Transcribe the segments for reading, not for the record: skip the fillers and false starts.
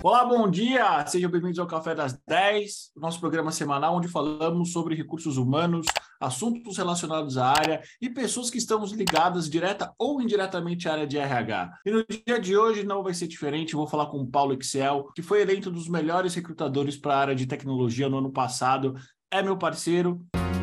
Olá, bom dia! Sejam bem-vindos ao Café das 10, nosso programa semanal onde falamos sobre recursos humanos, assuntos relacionados à área e pessoas que estamos ligadas direta ou indiretamente à área de RH. E no dia de hoje não vai ser diferente, vou falar com o Paulo Excel, que foi eleito um dos melhores recrutadores para a área de tecnologia no ano passado, é meu parceiro.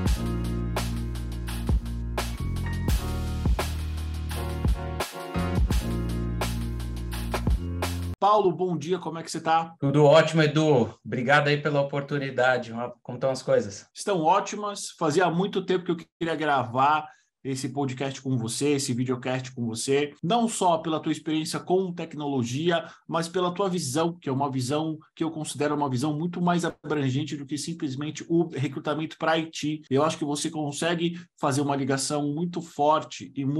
Paulo, bom dia, como é que você está? Tudo ótimo, Edu. Obrigado aí pela oportunidade. Como estão as coisas? Estão ótimas. Fazia muito tempo que eu queria gravar esse podcast com você, esse videocast com você, não só pela tua experiência com tecnologia, mas pela tua visão, que é uma visão que eu considero uma visão muito mais abrangente do que simplesmente o recrutamento para IT. Eu acho que você consegue fazer uma ligação muito forte e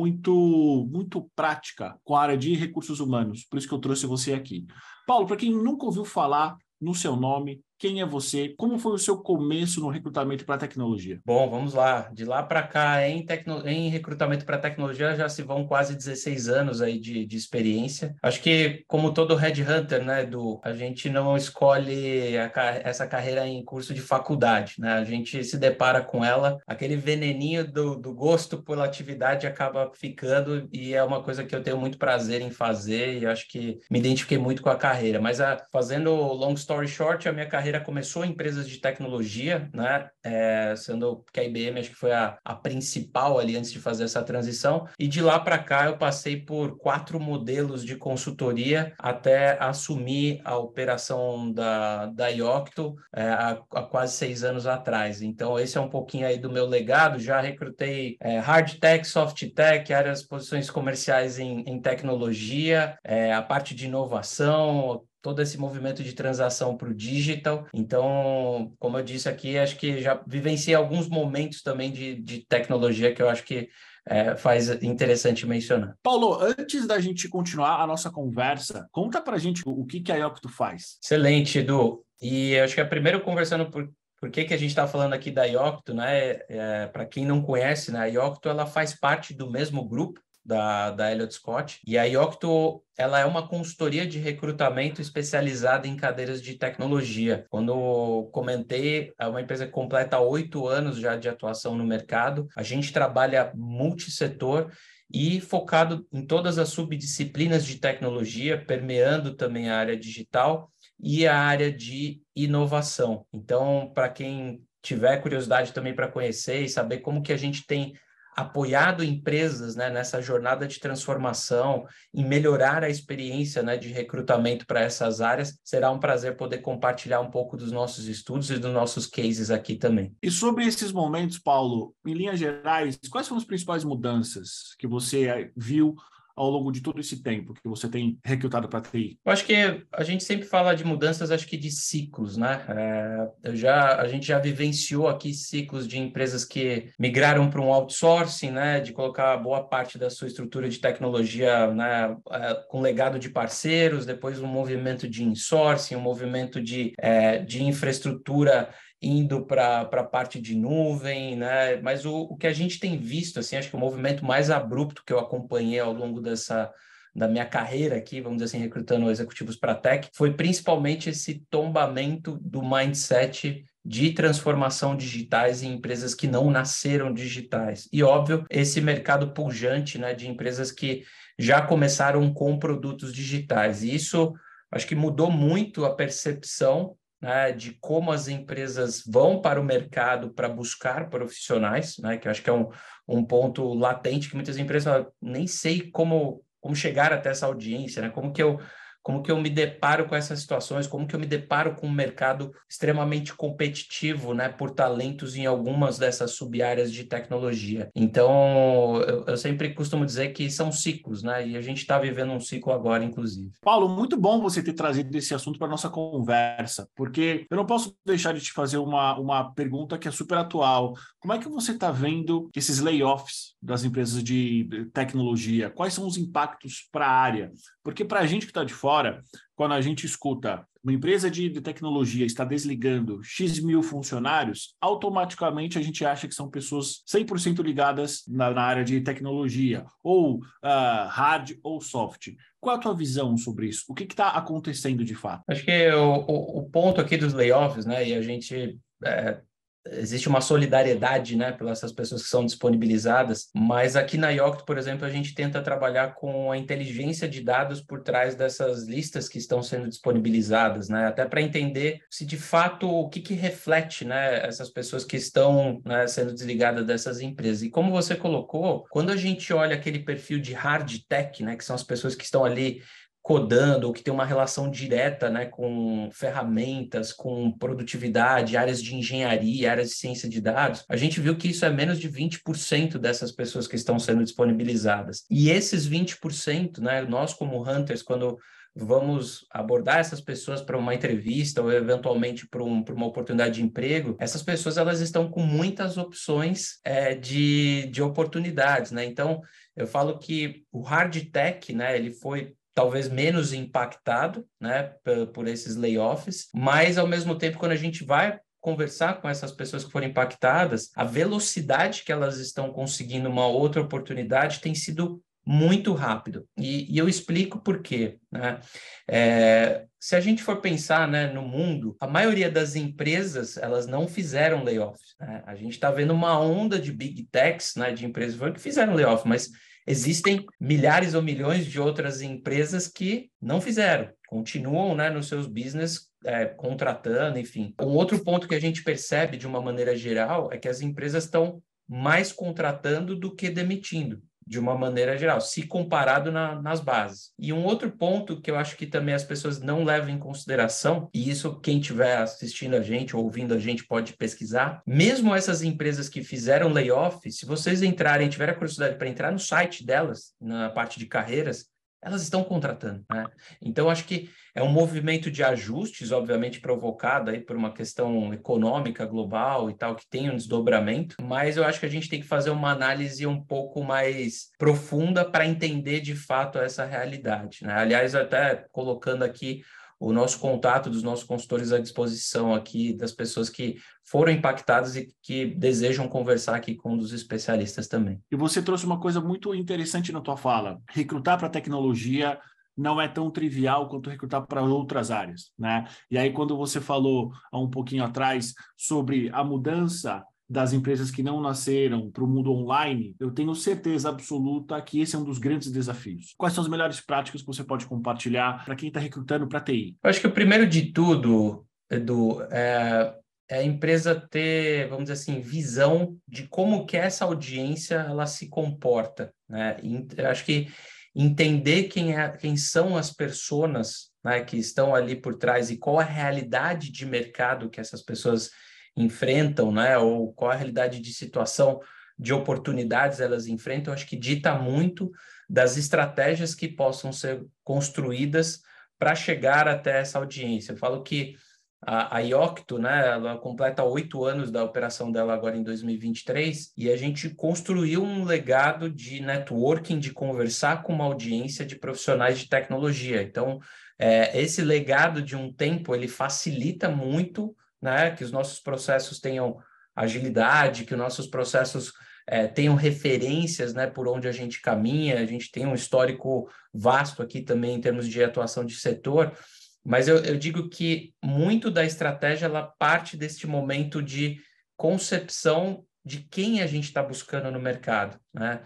muito prática com a área de recursos humanos. Por isso que eu trouxe você aqui. Paulo, para quem nunca ouviu falar no seu nome, quem é você? Como foi o seu começo no recrutamento para tecnologia? Bom, vamos lá. De lá para cá, em recrutamento para tecnologia, já se vão quase 16 anos aí de experiência. Acho que, como todo headhunter, né, Edu, a gente não escolhe essa carreira em curso de faculdade, né? A gente se depara com ela, aquele veneninho do gosto pela atividade acaba ficando e é uma coisa que eu tenho muito prazer em fazer e acho que me identifiquei muito com a carreira. Mas fazendo long story short, a minha carreira começou em empresas de tecnologia, né? Sendo que a IBM acho que foi a principal ali antes de fazer essa transição. E de lá para cá eu passei por 4 modelos de consultoria até assumir a operação da Iocto há quase 6 anos atrás. Então esse é um pouquinho aí do meu legado. Já recrutei hard tech, soft tech, áreas, posições comerciais em tecnologia, a parte de inovação, todo esse movimento de transação para o digital. Então, como eu disse aqui, acho que já vivenciei alguns momentos também de tecnologia que eu acho que faz interessante mencionar. Paulo, antes da gente continuar a nossa conversa, conta pra gente o que a Iocto faz. Excelente, Edu. E eu acho que primeiro conversando por que a gente está falando aqui da Iocto, né? Para quem não conhece, né? A Iocto ela faz parte do mesmo grupo da Elliott Scott. E a Iocto, ela é uma consultoria de recrutamento especializada em cadeiras de tecnologia. Quando eu comentei, é uma empresa que completa 8 anos já de atuação no mercado. A gente trabalha multissetor e focado em todas as subdisciplinas de tecnologia, permeando também a área digital e a área de inovação. Então, para quem tiver curiosidade também para conhecer e saber como que a gente tem apoiado empresas, né, nessa jornada de transformação, em melhorar a experiência, né, de recrutamento para essas áreas, será um prazer poder compartilhar um pouco dos nossos estudos e dos nossos cases aqui também. E sobre esses momentos, Paulo, em linhas gerais, quais são as principais mudanças que você viu ao longo de todo esse tempo que você tem recrutado para TI? Eu acho que a gente sempre fala de mudanças, acho que de ciclos, né? A gente já vivenciou aqui ciclos de empresas que migraram para um outsourcing, né? De colocar boa parte da sua estrutura de tecnologia, né? Com legado de parceiros, depois um movimento de insourcing, um movimento de infraestrutura indo para a parte de nuvem, né? Mas o que a gente tem visto, assim, acho que o movimento mais abrupto que eu acompanhei ao longo da minha carreira aqui, vamos dizer assim, recrutando executivos para tech, foi principalmente esse tombamento do mindset de transformação digitais em empresas que não nasceram digitais. E, óbvio, esse mercado pujante, né, de empresas que já começaram com produtos digitais. E isso, acho que mudou muito a percepção, né, de como as empresas vão para o mercado para buscar profissionais, né, que eu acho que é um ponto latente que muitas empresas falam, nem sei como chegar até essa audiência, né? Como que eu me deparo com essas situações, como que eu me deparo com um mercado extremamente competitivo, né, por talentos em algumas dessas sub-áreas de tecnologia. Então, eu sempre costumo dizer que são ciclos, né, e a gente está vivendo um ciclo agora, inclusive. Paulo, muito bom você ter trazido esse assunto para a nossa conversa, porque eu não posso deixar de te fazer uma pergunta que é super atual. Como é que você está vendo esses layoffs das empresas de tecnologia? Quais são os impactos para a área? Porque para a gente que está de fora, fora, quando a gente escuta uma empresa de tecnologia está desligando X mil funcionários, automaticamente a gente acha que são pessoas 100% ligadas na área de tecnologia, ou hard ou soft. Qual a tua visão sobre isso? O que está acontecendo de fato? Acho que o ponto aqui dos layoffs, né, e a gente existe uma solidariedade, né, pelas essas pessoas que são disponibilizadas, mas aqui na Yocto, por exemplo, a gente tenta trabalhar com a inteligência de dados por trás dessas listas que estão sendo disponibilizadas, né, até para entender se de fato o que reflete, né, essas pessoas que estão, né, sendo desligadas dessas empresas. E como você colocou, quando a gente olha aquele perfil de hard tech, né, que são as pessoas que estão ali codando, ou que tem uma relação direta, né, com ferramentas, com produtividade, áreas de engenharia, áreas de ciência de dados, a gente viu que isso é menos de 20% dessas pessoas que estão sendo disponibilizadas. E esses 20%, né, nós como Hunters, quando vamos abordar essas pessoas para uma entrevista ou eventualmente para uma oportunidade de emprego, essas pessoas elas estão com muitas opções de oportunidades, né? Então, eu falo que o hard tech, né, ele foi talvez menos impactado, né, por esses layoffs, mas ao mesmo tempo, quando a gente vai conversar com essas pessoas que foram impactadas, a velocidade que elas estão conseguindo uma outra oportunidade tem sido muito rápido. E eu explico por quê, né? Se a gente for pensar, né, no mundo, a maioria das empresas, elas não fizeram layoffs, né? A gente está vendo uma onda de big techs, né, de empresas que fizeram layoff, mas existem milhares ou milhões de outras empresas que não fizeram, continuam, né, nos seus business, contratando, enfim. Um outro ponto que a gente percebe de uma maneira geral é que as empresas estão mais contratando do que demitindo, de uma maneira geral, se comparado nas bases. E um outro ponto que eu acho que também as pessoas não levam em consideração, e isso quem estiver assistindo a gente ou ouvindo a gente pode pesquisar, mesmo essas empresas que fizeram layoff, se vocês entrarem, tiverem a curiosidade para entrar no site delas, na parte de carreiras, elas estão contratando, né? Então, acho que é um movimento de ajustes, obviamente provocado aí por uma questão econômica global e tal, que tem um desdobramento, mas eu acho que a gente tem que fazer uma análise um pouco mais profunda para entender de fato essa realidade, né? Aliás, até colocando aqui o nosso contato dos nossos consultores à disposição aqui, das pessoas que foram impactadas e que desejam conversar aqui com um dos especialistas também. E você trouxe uma coisa muito interessante na tua fala. Recrutar para tecnologia não é tão trivial quanto recrutar para outras áreas, né? E aí, quando você falou há um pouquinho atrás sobre a mudança das empresas que não nasceram para o mundo online, eu tenho certeza absoluta que esse é um dos grandes desafios. Quais são as melhores práticas que você pode compartilhar para quem está recrutando para TI? Eu acho que o primeiro de tudo, Edu, é a empresa ter, vamos dizer assim, visão de como que essa audiência ela se comporta, né? Eu acho que entender quem são as personas, né, que estão ali por trás e qual a realidade de mercado que essas pessoas enfrentam, né, ou qual a realidade de situação de oportunidades elas enfrentam, acho que dita muito das estratégias que possam ser construídas para chegar até essa audiência. Eu falo que a Yocto, né, ela completa 8 anos da operação dela agora em 2023 e a gente construiu um legado de networking, de conversar com uma audiência de profissionais de tecnologia. Então, esse legado de um tempo, ele facilita muito, né, que os nossos processos tenham agilidade, que os nossos processos tenham referências, né, por onde a gente caminha. A gente tem um histórico vasto aqui também em termos de atuação de setor, mas eu digo que muito da estratégia ela parte deste momento de concepção de quem a gente está buscando no mercado, né?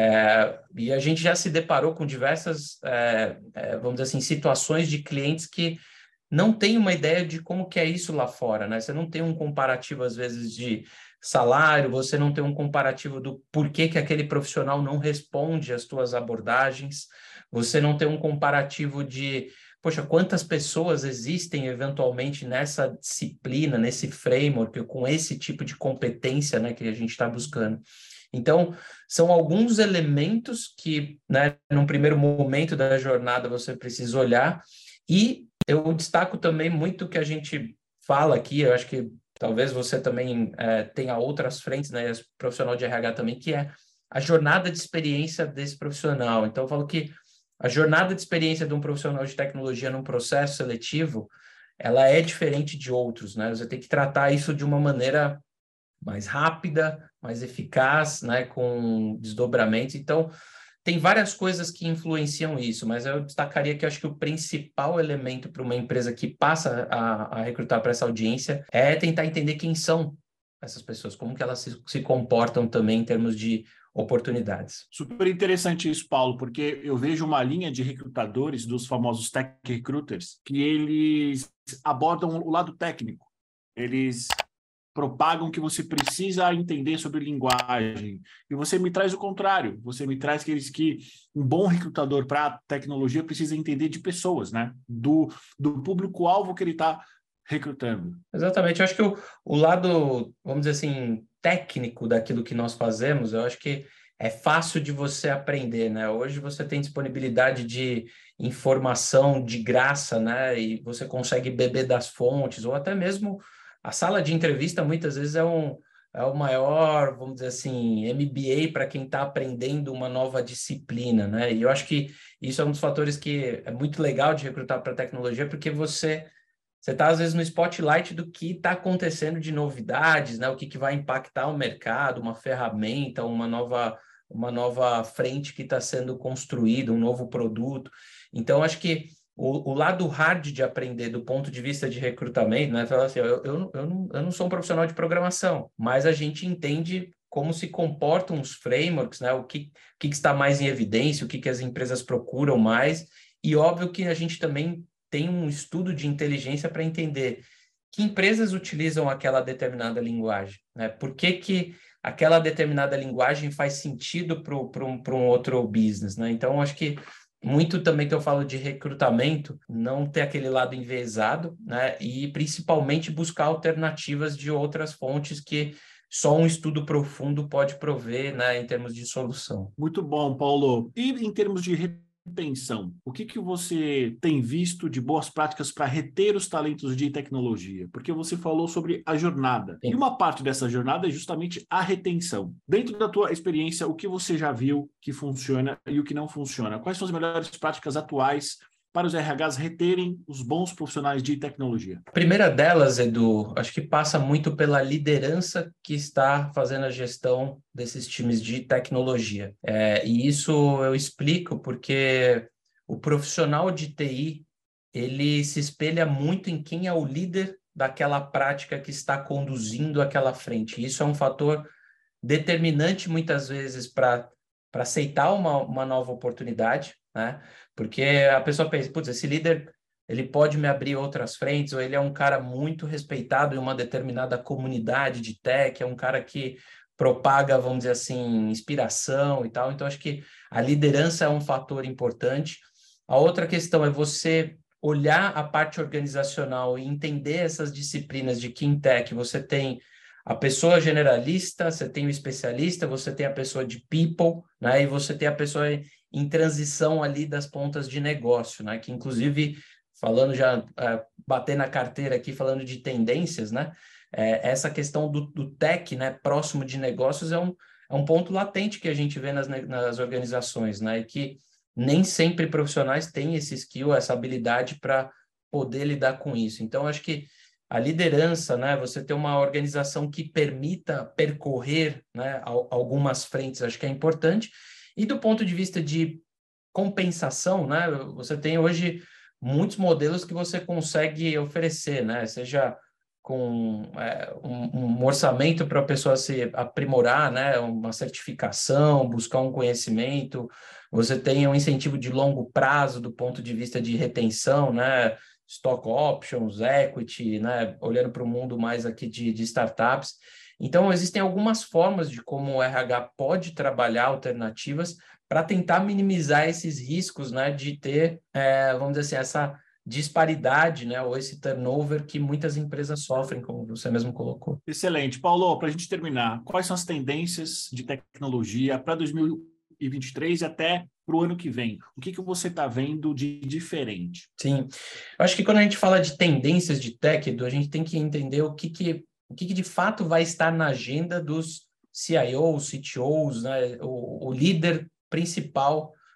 E a gente já se deparou com diversas, vamos dizer assim, situações de clientes que não têm uma ideia de como que é isso lá fora, né? Você não tem um comparativo, às vezes, de salário, você não tem um comparativo do porquê que aquele profissional não responde às tuas abordagens, você não tem um comparativo de poxa, quantas pessoas existem eventualmente nessa disciplina, nesse framework, com esse tipo de competência, né, que a gente está buscando. Então, são alguns elementos que, né, num primeiro momento da jornada você precisa olhar, e eu destaco também muito o que a gente fala aqui, eu acho que talvez você também tenha outras frentes, né, profissional de RH também, que é a jornada de experiência desse profissional. Então, eu falo que a jornada de experiência de um profissional de tecnologia num processo seletivo, ela é diferente de outros, né? Você tem que tratar isso de uma maneira mais rápida, mais eficaz, né? Com desdobramentos. Então, tem várias coisas que influenciam isso, mas eu destacaria que eu acho que o principal elemento para uma empresa que passa a recrutar para essa audiência é tentar entender quem são essas pessoas, como que elas se comportam também em termos de oportunidades. Super interessante isso, Paulo, porque eu vejo uma linha de recrutadores, dos famosos tech recruiters, que eles abordam o lado técnico. Eles propagam que você precisa entender sobre linguagem. E você me traz o contrário. Você me traz que um bom recrutador para a tecnologia precisa entender de pessoas, né? Do público-alvo que ele está recrutando. Exatamente. Eu acho que o lado, vamos dizer assim, técnico daquilo que nós fazemos, eu acho que é fácil de você aprender, né? Hoje você tem disponibilidade de informação de graça, né? E você consegue beber das fontes, ou até mesmo a sala de entrevista muitas vezes é o maior, vamos dizer assim, MBA para quem está aprendendo uma nova disciplina, né? E eu acho que isso é um dos fatores que é muito legal de recrutar para tecnologia, porque você está, às vezes, no spotlight do que está acontecendo de novidades, né? O que vai impactar o mercado, uma ferramenta, uma nova frente que está sendo construída, um novo produto. Então, acho que o lado hard de aprender do ponto de vista de recrutamento, né? Falar assim, eu não sou um profissional de programação, mas a gente entende como se comportam os frameworks, né? O que está mais em evidência, o que as empresas procuram mais, e óbvio que a gente também tem um estudo de inteligência para entender que empresas utilizam aquela determinada linguagem, né? Por que aquela determinada linguagem faz sentido para um outro business, né? Então, acho que muito também que eu falo de recrutamento, não ter aquele lado enviesado, né? E principalmente buscar alternativas de outras fontes que só um estudo profundo pode prover, né, em termos de solução. Muito bom, Paulo. E em termos de retenção, o que você tem visto de boas práticas para reter os talentos de tecnologia? Porque você falou sobre a jornada. Sim. E uma parte dessa jornada é justamente a retenção. Dentro da tua experiência, o que você já viu que funciona e o que não funciona? Quais são as melhores práticas atuais para os RHs reterem os bons profissionais de tecnologia? A primeira delas, Edu, acho que passa muito pela liderança que está fazendo a gestão desses times de tecnologia. E isso eu explico porque o profissional de TI, ele se espelha muito em quem é o líder daquela prática que está conduzindo aquela frente. Isso é um fator determinante muitas vezes para aceitar uma nova oportunidade, né? Porque a pessoa pensa, putz, esse líder ele pode me abrir outras frentes, ou ele é um cara muito respeitado em uma determinada comunidade de tech, é um cara que propaga, vamos dizer assim, inspiração e tal. Então, acho que a liderança é um fator importante. A outra questão é você olhar a parte organizacional e entender essas disciplinas de que em tech você tem a pessoa generalista, você tem o especialista, você tem a pessoa de people, né? E você tem a pessoa em transição ali das pontas de negócio, né? Que inclusive, falando já, bater na carteira aqui, falando de tendências, né? Essa questão do tech, né? Próximo de negócios é um ponto latente que a gente vê nas organizações, né? E que nem sempre profissionais têm esse skill, essa habilidade para poder lidar com isso. Então, acho que a liderança, né? Você ter uma organização que permita percorrer, né, algumas frentes, acho que é importante. E do ponto de vista de compensação, né? Você tem hoje muitos modelos que você consegue oferecer, né? Seja com um orçamento para a pessoa se aprimorar, né? Uma certificação, buscar um conhecimento. Você tem um incentivo de longo prazo do ponto de vista de retenção, né? Stock options, equity, né? Olhando para o mundo mais aqui de startups. Então, existem algumas formas de como o RH pode trabalhar alternativas para tentar minimizar esses riscos, né? De ter, vamos dizer assim, essa disparidade, né? Ou esse turnover que muitas empresas sofrem, como você mesmo colocou. Excelente. Paulo, para a gente terminar, quais são as tendências de tecnologia para 2023 e até para o ano que vem? O que você está vendo de diferente? Sim, eu acho que quando a gente fala de tendências de tech, Edu, a gente tem que entender o que de fato vai estar na agenda dos CIOs, CTOs, né? O líder principal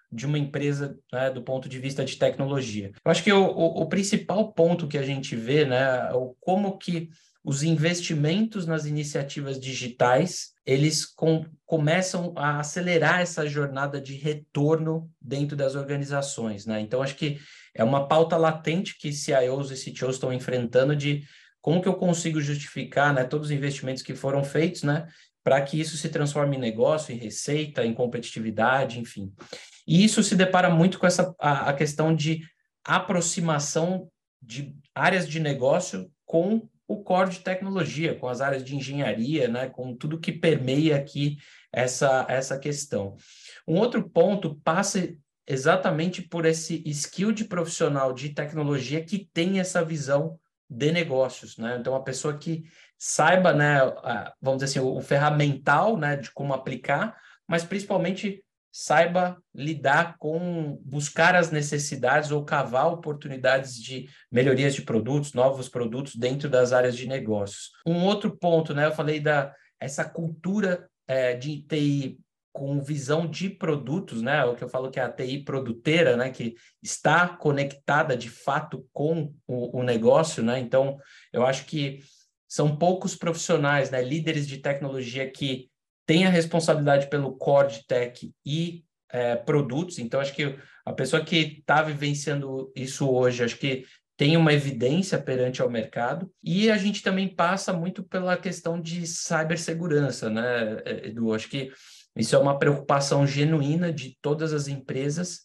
de uma empresa, né, do ponto de vista de tecnologia. Eu acho que o principal ponto que a gente vê, né, é como que os investimentos nas iniciativas digitais, eles começam a acelerar essa jornada de retorno dentro das organizações, né? Então, acho que é uma pauta latente que CIOs e CTOs estão enfrentando de como que eu consigo justificar, né, todos os investimentos que foram feitos, né, para que isso se transforme em negócio, em receita, em competitividade, enfim. E isso se depara muito com a questão de aproximação de áreas de negócio com o core de tecnologia, com as áreas de engenharia, né, com tudo que permeia aqui essa questão. Um outro ponto passa exatamente por esse skill de profissional de tecnologia que tem essa visão de negócios, né? Então, a pessoa que saiba, né, vamos dizer assim, o ferramental, né, de como aplicar, mas principalmente saiba lidar com buscar as necessidades ou cavar oportunidades de melhorias de produtos, novos produtos dentro das áreas de negócios. Um outro ponto, né, eu falei essa cultura de TI com visão de produtos, né, o que eu falo que é a TI produteira, né, que está conectada de fato com o negócio, né? Então, eu acho que são poucos profissionais, né, líderes de tecnologia que têm a responsabilidade pelo core de tech e produtos. Então, acho que a pessoa que está vivenciando isso hoje, acho que tem uma evidência perante ao mercado. E a gente também passa muito pela questão de cibersegurança, né, Edu? Acho que isso é uma preocupação genuína de todas as empresas.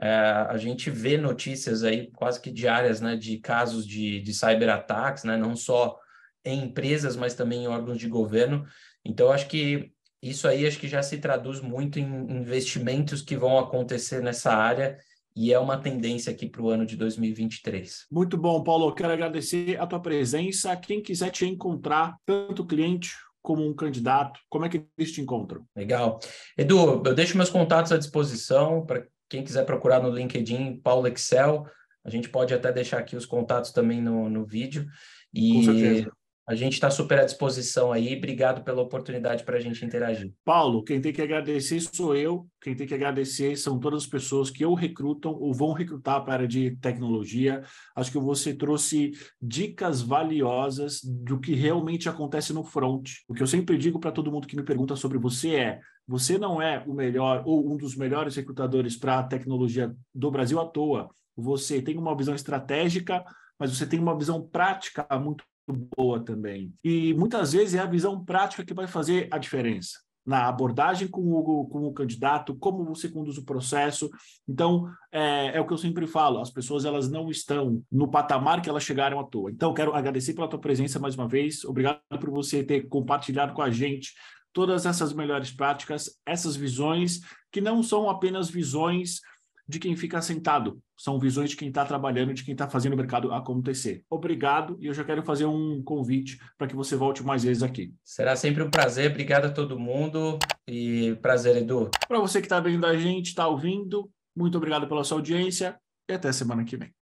A gente vê notícias aí quase que diárias, né, de casos de cyberataques, né, não só em empresas, mas também em órgãos de governo. Então, acho que isso aí acho que já se traduz muito em investimentos que vão acontecer nessa área e é uma tendência aqui para o ano de 2023. Muito bom, Paulo. Eu quero agradecer a tua presença. Quem quiser te encontrar, tanto cliente como um candidato, como é que eles te encontram? Legal. Edu, eu deixo meus contatos à disposição para quem quiser procurar no LinkedIn, Paulo Excel. A gente pode até deixar aqui os contatos também no vídeo. Com E certeza. a gente está super à disposição aí. Obrigado pela oportunidade para a gente interagir. Paulo, quem tem que agradecer sou eu, quem tem que agradecer são todas as pessoas que ou recrutam ou vão recrutar para a área de tecnologia. Acho que você trouxe dicas valiosas do que realmente acontece no front. O que eu sempre digo para todo mundo que me pergunta sobre você não é o melhor ou um dos melhores recrutadores para a tecnologia do Brasil à toa. Você tem uma visão estratégica, mas você tem uma visão prática muito boa também. E muitas vezes é a visão prática que vai fazer a diferença na abordagem com o candidato, como você conduz o processo. Então, é o que eu sempre falo, as pessoas elas não estão no patamar que elas chegaram à toa. Então, quero agradecer pela tua presença mais uma vez, obrigado por você ter compartilhado com a gente todas essas melhores práticas, essas visões, que não são apenas visões de quem fica sentado, são visões de quem está trabalhando, de quem está fazendo o mercado acontecer. Obrigado, e eu já quero fazer um convite para que você volte mais vezes aqui. Será sempre um prazer, obrigado a todo mundo e prazer, Edu. Para você que está vendo a gente, está ouvindo, muito obrigado pela sua audiência e até semana que vem.